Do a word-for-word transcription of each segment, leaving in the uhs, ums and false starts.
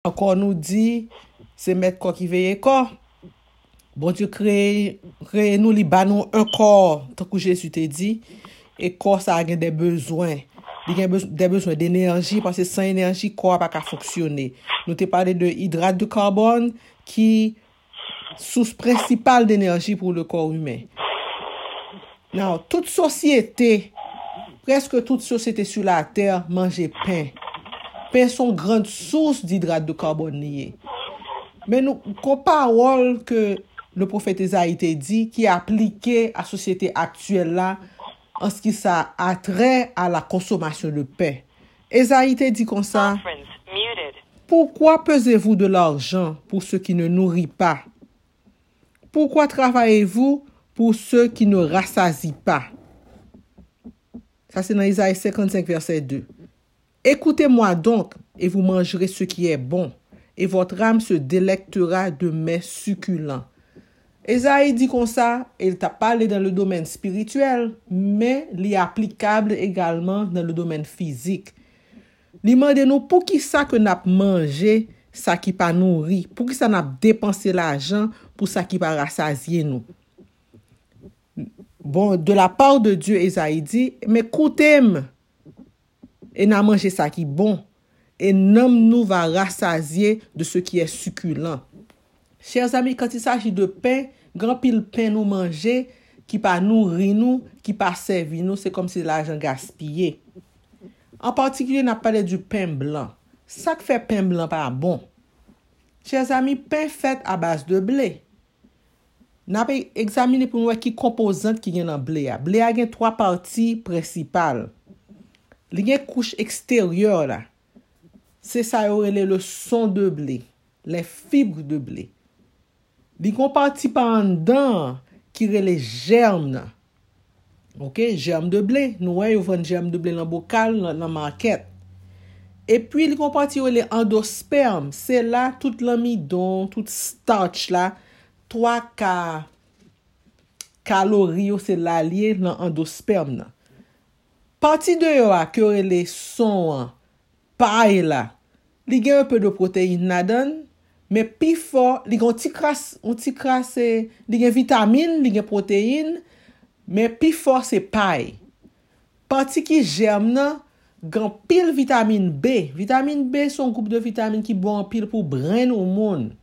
Encore nous dit, c'est mettre corps qui veille corps. Bon Dieu crée, crée nous, li ba nous un corps, tant que Jésus t'a dit, et corps ça a des besoins. Il a des besoins d'énergie, parce que sans énergie, corps n'a pas fonctionner. Nous t'ai parlé de hydrate de carbone, qui source principale d'énergie pour le corps humain. Non, toute société, presque toute société sur la terre mangeait pain. Pain sont grande source d'hydrate de carbone lié. Mais nous, qu'on parole que le prophète Isaïe t'a dit, qui est appliqué à la société actuelle là, en ce qui ça a trait à la consommation de pain. Isaïe t'a dit comme ça, pourquoi pesez-vous de l'argent pour ceux qui ne nourrissent pas? Pourquoi travaillez-vous pour ceux qui ne rassasient pas? Ça, c'est dans Isaïe cinquante-cinq, verset deux. Écoutez-moi donc, et vous mangerez ce qui est bon, et votre âme se délectera de mets succulents. Isaïe dit comme ça, il t'a parlé dans le domaine spirituel, mais il est applicable également dans le domaine physique. Il demande nous pour qui ça que n'a mangé, ça qui pas nourri, pour qui ça n'a dépensé l'argent pour ça qui pas rassasier nous. Bon, de la part de Dieu, Isaïe dit, mais écoutez-moi, et n'a mangé ça qui est bon, et nom nous va rassasier de ce qui est succulent. Chers amis, quand il s'agit de pain, grand pile pain nous manger, qui pas nourrir nous, qui pas servir nous, c'est comme si l'argent gaspillé. En particulier, on a parlé du pain blanc. Ça que fait pain blanc pas bon. Chers amis, pain fait à base de blé. N'a pas examiné pour nous qui composante qui est dans blé. Blé a trois parties principales. Il y a une couche extérieure là. C'est ça le son de blé, les fibres de blé. Il y a une partie par dedans qui est les germes. OK, germes de blé. Nous voyons des germes de blé dans bocal dans la market. Et puis il y a une partie les endospermes, c'est là tout l'amidon, tout starch là, trois K calories c'est là lié dans endosperme là. Partie de yo a que les sons paille là. Il y a un peu de protéines là-dedans, mais plus fort, il y a un petit crasse, un petit crasse, il y a vitamines, il y a protéines, mais plus fort c'est paille. Partie qui germe là, gan pile vitamine B. Vitamine B sont un groupe de vitamines qui bon pile pour brain au monde.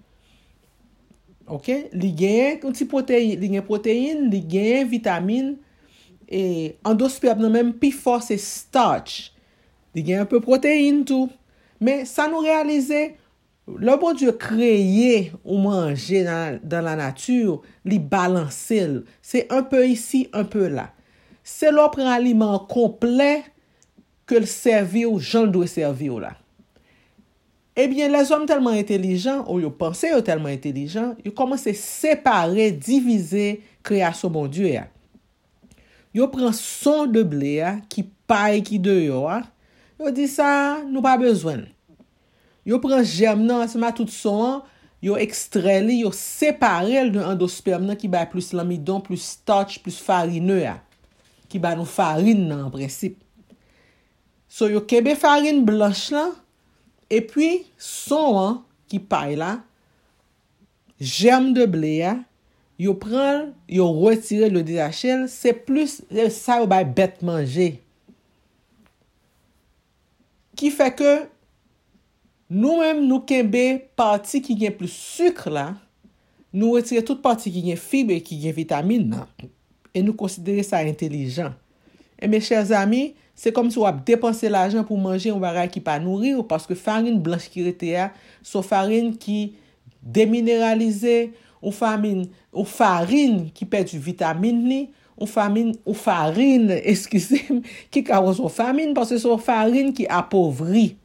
OK, li gen un petit protéine, li gen protéine, li gen vitamine et endosperme même plus fort c'est starch. Li gen un peu protéine tout. Mais ça nous réaliser le bon Dieu créé ou manger dans, dans la nature, li balancer. C'est un peu ici, un peu là. C'est l'autre aliment complet que le servir aux gens doivent servir là. Eh bien, les hommes tellement intelligents, ou ils pensent tellement intelligents, ils commencent à séparer, diviser création bon Dieu. Ils prennent son de blé qui paille qui dehors. Ils disent ça, nous pas besoin. Ils prennent germe non, c'est tout son, ils extrait, ils séparent de endosperme qui ba plus l'amidon, plus starch, plus farineux qui ba nous farine en principe. So yo kebe farine blanche là et puis son hein, qui paille là germe de blé là yo prend yo retire le D H L, c'est plus ça yo ba bête manger qui fait que nous même nous kebe partie qui gagne plus sucre là nous retirer toute partie qui gagne fibre et qui gagne vitamine là, et nous considérer ça intelligent. Et mes chers amis, c'est comme si on a dépensé l'argent pour manger un bagage qui pas nourrir parce que farine blanche qui était c'est farine qui déminéralisée, ou farine ou farine qui perd du vitamine li, ou farine ou farine, excusez-moi, qui cause son famine parce que c'est farine qui appauvrit.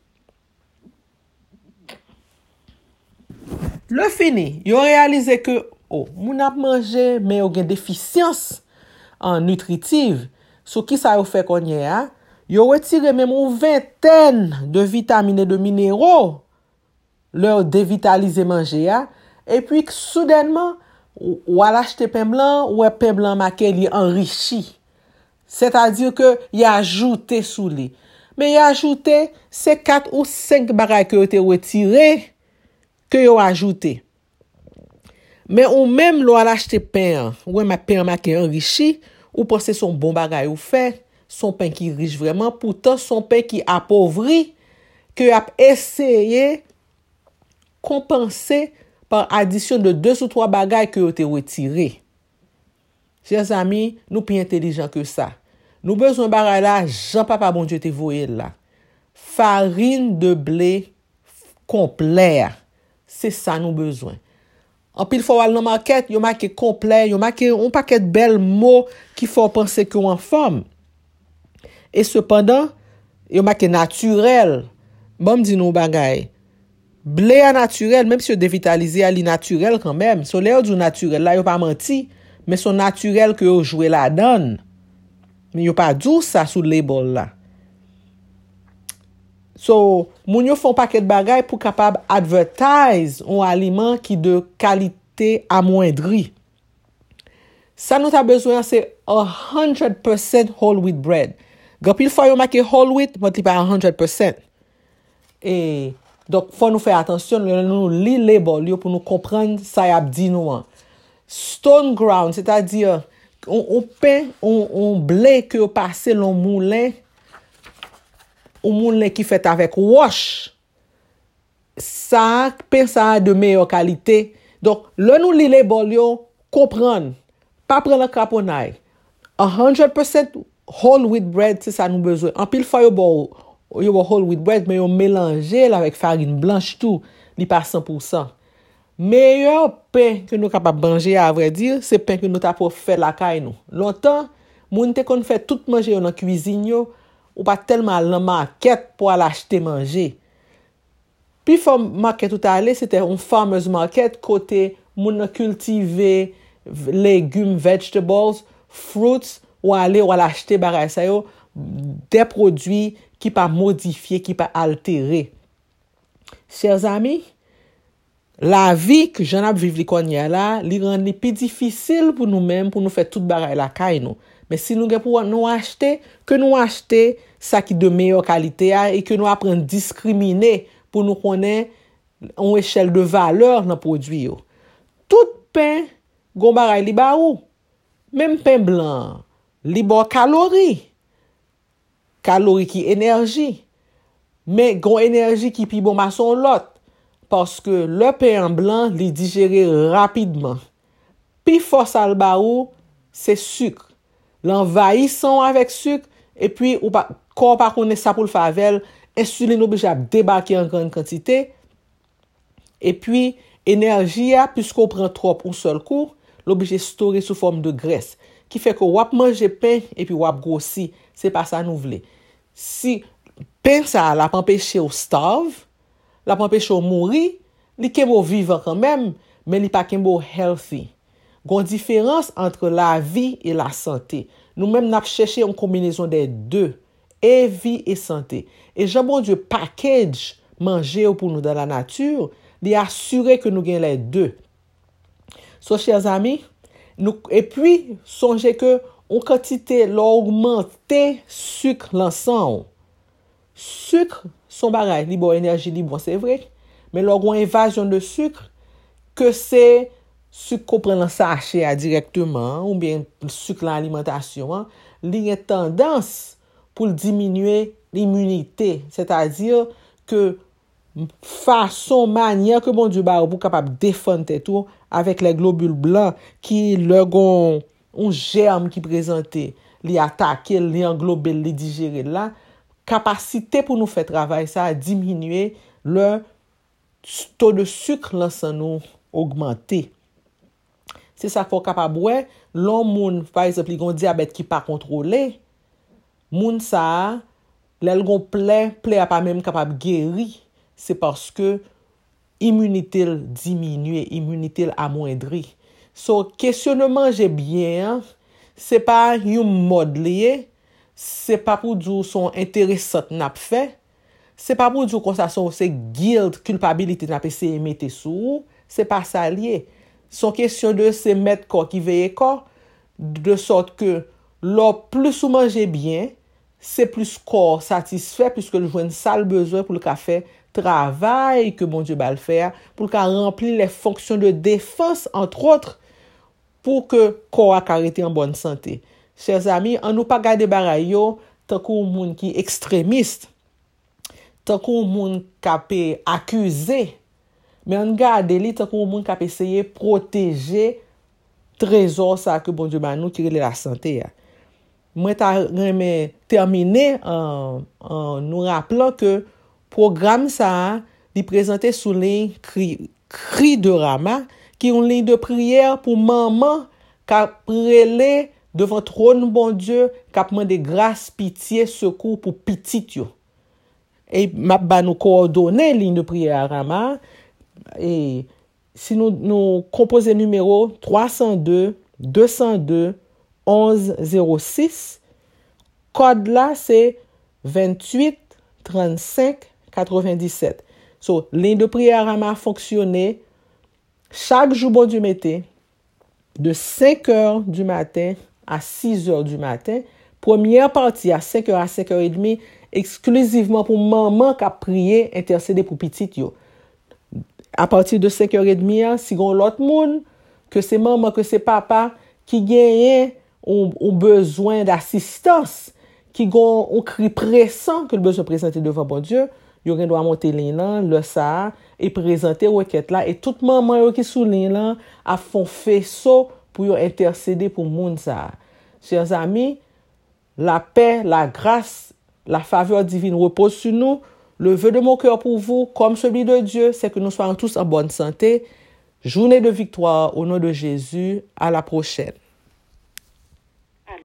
Le fini, yo réalisé que oh, moun a mangé mais yo gen déficience en nutritive. So qui ça yo fait qu'on y a? Yo retiré même une vingtaine de vitamines et de minéraux, leur dévitaliser manger a, et puis soudainement ou à l'acheter pain blanc ou pain blanc marqué li enrichi. C'est-à-dire que il a ajouté sous lui. mais yo ajouté c'est quatre ou cinq bagages que yo te retiré que yo ajouté. Mais ou même l'on acheté pain, ou ma pain ma qui enrichi, ou penser son bon bagage ou fait, son pain qui riche vraiment, pourtant son pain qui appauvri que a essayé compenser par addition de deux ou trois bagages que vous avez retirés. Chers amis, nous plus intelligents que ça. Nous besoin de bagages là, Jean Papa bon Dieu te voyé là. Farine de blé complet. C'est ça nous besoin. En pile fois dans market, yo marqué complet, yo marqué un paquet de belles mots qui faut penser qu'on en forme. Et cependant, yo marqué naturel. Bon me dit nous bagaille. Blé à naturel, même si yo dévitalisé à li naturel quand même. So l'air du naturel là yo pas menti, mais son naturel que yo joué la donne. Mais yo pas dit ça sous le label là. So, moun yo font paquet de bagaille pour capable advertise un aliment qui de qualité amoindrie. Ça nous a besoin c'est one hundred percent whole wheat bread. Gapil fois yo marqué whole wheat, mais il pas one hundred percent. Et donc faut nous faire attention, nous li label yo pour nous comprendre ça y a dit nous. Stone ground, c'est-à-dire on, on pain on, on blé que passé l'on moulin ou moulin qui fait avec wash, ça pain ça de meilleure qualité. Donc le nous li label yo comprendre, pas prendre le caponaille. one hundred percent whole wheat bread, c'est ça nous besoin. En pile fois yo bon yo bon whole wheat bread mais yo mélanger avec farine blanche tout, li pas cent pour cent. Meilleur pain que nous capable manger à vrai dire, c'est pain que nous t'a pour faire la caille nous. Longtemps, moun te kon fait tout manger dans cuisine yo, ou pas tellement la market pour aller acheter manger. Puis farm market tout aller, c'était un farmers market côté moun cultiver légumes, vegetables, fruits ou aller ou aller acheter bagay ça yo des produits qui pas modifiés, qui pas altérés. Chers amis, la vie que j'en ai vivre li konye là, li rend li plus difficile pour nous-mêmes pour nous faire toute bagay la caille nous. Mais si nous gen pour nous acheter, que nous acheter ça qui de meilleure qualité et que nous apprendre discriminer pour nous connaître en échelle de valeur dans produit yo. Tout pain gon bagay li ba ou. Même pain blanc, li bon calories. Calories qui énergie. Mais gon énergie qui pi bon maçon l'autre. Parce que le pain en blanc, li digéré rapidement. Puis force al ba ou, c'est sucre. L'envahissant avec sucre, et puis, ou pas, corps pas connaît ça pour le favel, insuline obligé à débarquer en grande quantité. Et puis, énergie, puisqu'on prend trop un seul coup, l'obligé storer sous forme de graisse. Qui fait que wap manger pain, et puis wap grossi. C'est pas ça nous voulons. Si, pain ça, la empêcher au starve, la empêcher au mourir, li kembo vivant quand même, mais li pas kembo healthy. Gon différence entre la vie et la santé. Nous-mêmes n'a cherché une combinaison des deux, et vie et santé. Et Jean bon Dieu package manger pour nous dans la nature, li assurer que nous gagnons les deux. So chers amis, nous et puis songez que on quantité l'augmenter sucre l'ensemble. Sucre son bagage, li bon énergie li bon c'est vrai, mais l'orgon invasion de sucre que c'est sucre qu'on prend dans sachet directement ou bien sucre dans l'alimentation, li a tendance pour diminuer l'immunité, c'est-à-dire que façon manière que bon Dieu ba pour capable défendre tout avec les globules blancs qui leur gon un germe qui présentait, li attaquer, li englober, li digérer là, capacité pour nous faire travail ça a diminué, le taux de sucre là ça nous augmenter. C'est ça faut capable ouais, l'homme par exemple, il a un diabète qui pas contrôlé, moun ça l'el gon plaît, plaît a pas même capable guérir, c'est parce que immunité diminue, immunité amoindrie. So questionnement j'ai bien, c'est pas un mode lié, c'est pas pour dire son intéressant n'a fait, c'est pas pour dire que ça son c'est guilt, culpabilité n'a essayé mettre sous, c'est pas ça lié. Son question de se mettre corps qui veille corps de sorte que l'on plus ou manger bien, c'est plus corps satisfait puisque le joint ça le besoin pour le faire travail que bon Dieu va le faire pour le remplir les fonctions de défense entre autres pour que corps a arrêté en bonne santé. Chers amis, on nous pas garder baraille yo tant qu'on monde qui extrémiste, tant qu'on monde qui accusé, mais on garde li tant qu'on monde qui essayer protéger trésor ça que bon Dieu ba nous qui relève la santé. Moi t'a remè terminer en, en nous rappelant que programme ça il présenté sous ligne cri, cri de Rama qui est une ligne de prière pour maman qui a prélé devant trône bon Dieu qui a demandé grâce, pitié, secours pour petit yo. Et m'a ba nous coordonner ligne de prière à Rama et si nous nous composons numéro trois cent deux deux cent deux onze zéro six, code là c'est vingt-huit trente-cinq quatre-vingt-dix-sept. So, ligne de prière a fonctionné chaque jour bon Dieu mettait de cinq heures du matin à six heures du matin. Première partie à cinq heures à cinq heures trente exclusivement pour maman qui a prié, intercédé pour petit yo. À partir de cinq heures trente, si gon l'autre monde, que c'est maman, que c'est papa, qui gagne ou, ou besoin d'assistance, qui gon un cri pressant que le besoin présenter devant bon Dieu, yo gen doit monter ligne le ça et présenter requête là et toute maman yo qui sous ligne là a font faisceau pour yo intercéder pour monde ça. Chers amis, la paix, la grâce, la faveur divine repose sur nous. Le vœu de mon cœur pour vous, comme celui de Dieu, c'est que nous soyons tous en bonne santé. Journée de victoire au nom de Jésus. À la prochaine.